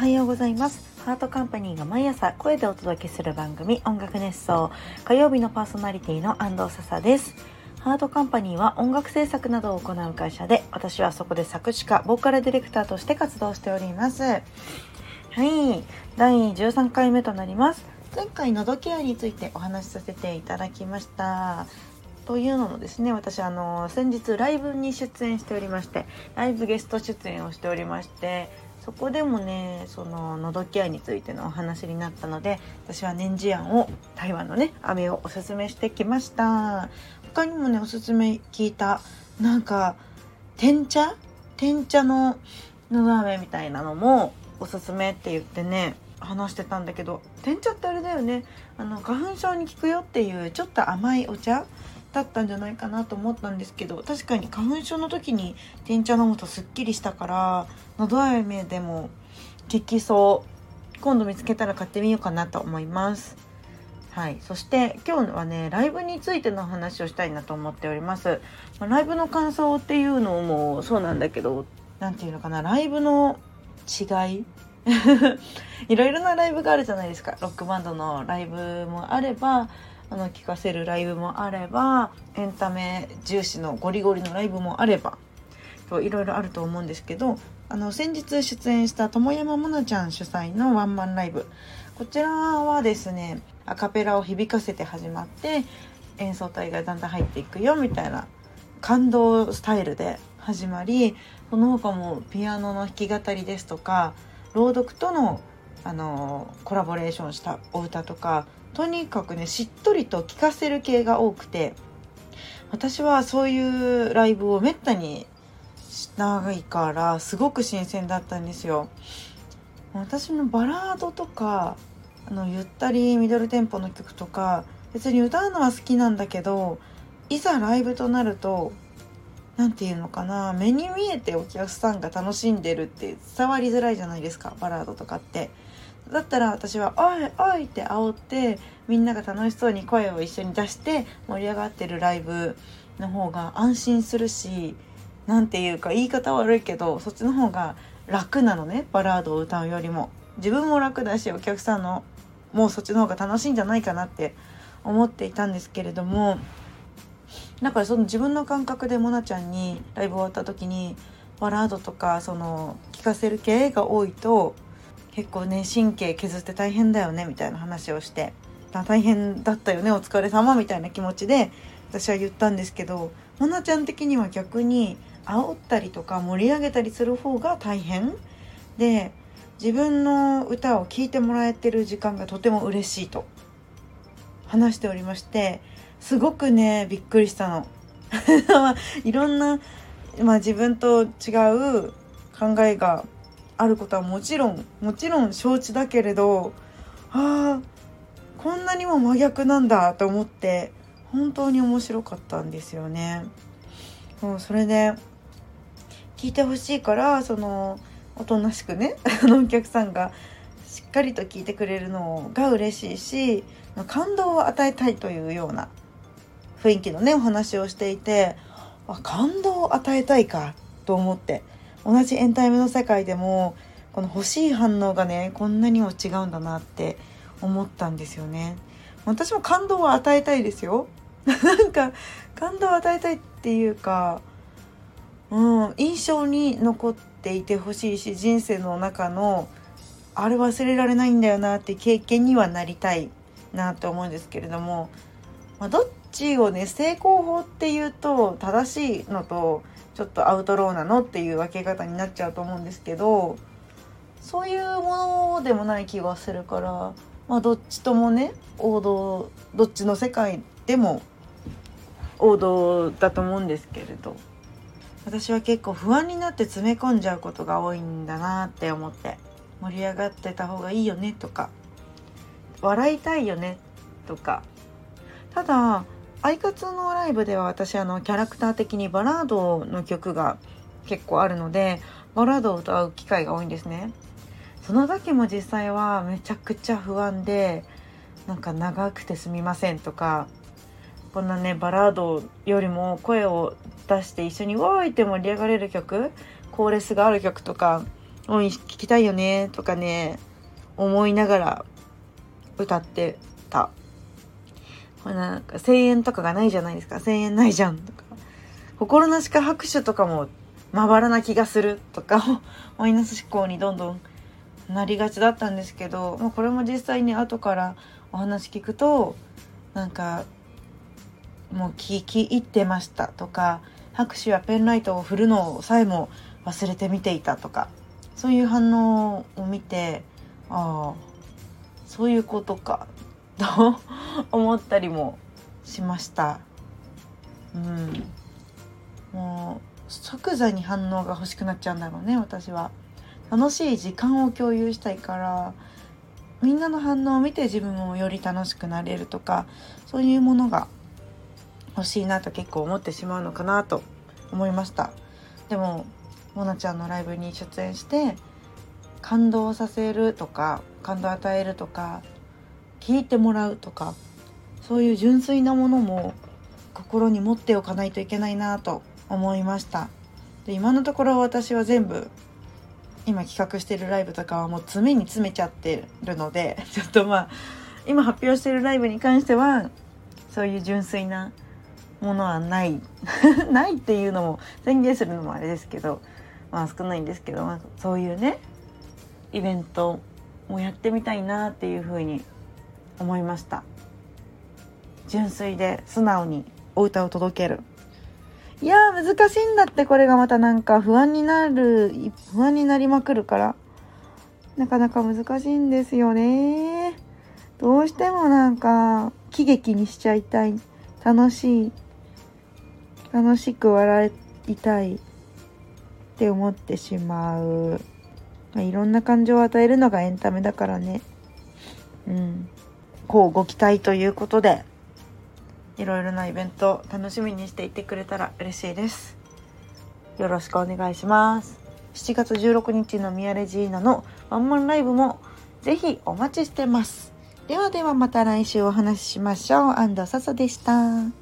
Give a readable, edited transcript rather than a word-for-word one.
はようございます。ハートカンパニーが毎朝声でお届けする番組、音楽熱奏。火曜日のパーソナリティの安藤笹です。ハートカンパニーは音楽制作などを行う会社で、私はそこで作詞家、ボーカルディレクターとして活動しております。はい、第13回目となります。前回のどケアについてお話しさせていただきました。というのもですね、私先日ライブに出演しておりまして、ライブゲスト出演をしておりまして、そこでもね、そののどケアについてのお話になったので、私は年次案を台湾のね飴をおすすめしてきました。他にもねおすすめ聞いた、なんか天茶ののど飴みたいなのもおすすめって言ってね話してたんだけど、天茶ってあれだよね、花粉症に効くよっていうちょっと甘いお茶だったんじゃないかなと思ったんですけど、確かに花粉症の時に天茶飲むとすっきりしたから、のど飴でも効きそう。今度見つけたら買ってみようかなと思います。はい、そして今日はねライブについての話をしたいなと思っております。ライブの感想っていうのもそうなんだけど、なんていうのかな、ライブの違いいろいろなライブがあるじゃないですか。ロックバンドのライブもあれば、聴かせるライブもあれば、エンタメ重視のゴリゴリのライブもあればと、いろいろあると思うんですけど、先日出演した友山もなちゃん主催のワンマンライブ、こちらはですねアカペラを響かせて始まって演奏隊がだんだん入っていくよみたいな感動スタイルで始まり、その他もピアノの弾き語りですとか、朗読との、コラボレーションしたお歌とか、とにかくねしっとりと聴かせる系が多くて、私はそういうライブをめったにないからすごく新鮮だったんですよ。私のバラードとかゆったりミドルテンポの曲とか別に歌うのは好きなんだけど、いざライブとなるとなんていうのかな、目に見えてお客さんが楽しんでるって伝わりづらいじゃないですか、バラードとかって。だったら私はおいおいって煽って、みんなが楽しそうに声を一緒に出して盛り上がってるライブの方が安心するし、なんていうか言い方悪いけどそっちの方が楽なのね、バラードを歌うよりも。自分も楽だし、お客さんのもうそっちの方が楽しいんじゃないかなって思っていたんですけれども、だからその自分の感覚でモナちゃんにライブ終わった時にバラードとかその聴かせる系が多いと結構ね神経削って大変だよねみたいな話をして、大変だったよねお疲れ様みたいな気持ちで私は言ったんですけど、モナちゃん的には逆に煽ったりとか盛り上げたりする方が大変で、自分の歌を聴いてもらえてる時間がとても嬉しいと話しておりまして、すごくねびっくりしたのいろんな、自分と違う考えがあることはもちろん承知だけれど、こんなにも真逆なんだと思って本当に面白かったんですよね。それで聞いてほしいから、そのおとなしくねお客さんがしっかりと聞いてくれるのが嬉しいし、感動を与えたいというような雰囲気のねお話をしていて、感動を与えたいかと思って、同じエンタメの世界でもこの欲しい反応がねこんなにも違うんだなって思ったんですよね。私も感動を与えたいですよなんか感動を与えたいっていうか、印象に残っていてほしいし、人生の中のあれ忘れられないんだよなって経験にはなりたいなと思うんですけれども、どっちをね成功法っていうと正しいのとちょっとアウトローなのっていう分け方になっちゃうと思うんですけど、そういうものでもない気がするから、どっちともね王道、どっちの世界でも王道だと思うんですけれど、私は結構不安になって詰め込んじゃうことが多いんだなって思って、盛り上がってた方がいいよねとか、笑いたいよねとか。ただアイカツのライブでは私キャラクター的にバラードの曲が結構あるので、バラードを歌う機会が多いんですね。その時も実際はめちゃくちゃ不安で、なんか長くてすみませんとか、こんなねバラードよりも声を出して一緒にわーいって盛り上がれる曲、コーレスがある曲とかおい聞きたいよねとかね思いながら歌ってた。なんか声援とかがないじゃないですか。声援ないじゃんとか、心なしか拍手とかもまばらな気がするとかマイナス思考にどんどんなりがちだったんですけど、これも実際に後からお話聞くとなんかもう聞き入ってましたとか、拍手やペンライトを振るのさえも忘れて見ていたとか、そういう反応を見て、ああそういうことかと思ったりもしました。もう即座に反応が欲しくなっちゃうんだろうね。私は楽しい時間を共有したいから、みんなの反応を見て自分もより楽しくなれるとか、そういうものが欲しいなと結構思ってしまうのかなと思いました。でもモナちゃんのライブに出演して感動させるとか、感動を与えるとか、聞いてもらうとか、そういう純粋なものも心に持っておかないといけないなと思いました。で、今のところ私は全部今企画してるライブとかはもう詰めに詰めちゃってるので、ちょっと今発表してるライブに関してはそういう純粋なものはないないっていうのも宣言するのもあれですけど、少ないんですけど、そういうねイベントもやってみたいなっていうふうに思いました。純粋で素直にお歌を届ける。いやー難しいんだって。これがまたなんか不安になりまくるからなかなか難しいんですよね。どうしてもなんか喜劇にしちゃいたい、楽しく笑いたいって思ってしまう。いろんな感情を与えるのがエンタメだからね。こうご期待ということで、いろいろなイベント楽しみにしていてくれたら嬉しいです。よろしくお願いします。7月16日のミヤレジーナのワンマンライブもぜひお待ちしてます。ではまた来週お話ししましょう。安藤笹でした。